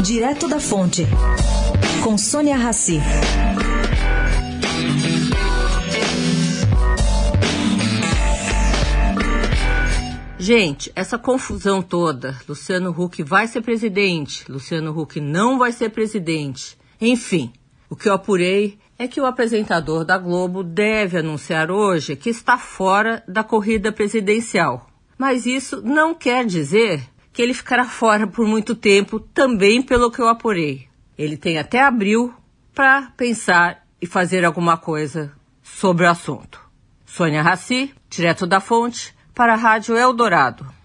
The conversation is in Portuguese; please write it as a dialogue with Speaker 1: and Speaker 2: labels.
Speaker 1: Direto da Fonte, com Sônia Rassi.
Speaker 2: Gente, essa confusão toda, Luciano Huck vai ser presidente, Luciano Huck não vai ser presidente. Enfim, o que eu apurei é que o apresentador da Globo deve anunciar hoje que está fora da corrida presidencial. Mas isso não quer dizer que ele ficará fora por muito tempo, também pelo que eu apurei. Ele tem até abril para pensar e fazer alguma coisa sobre o assunto. Sônia Rassi, direto da Fonte, para a Rádio Eldorado.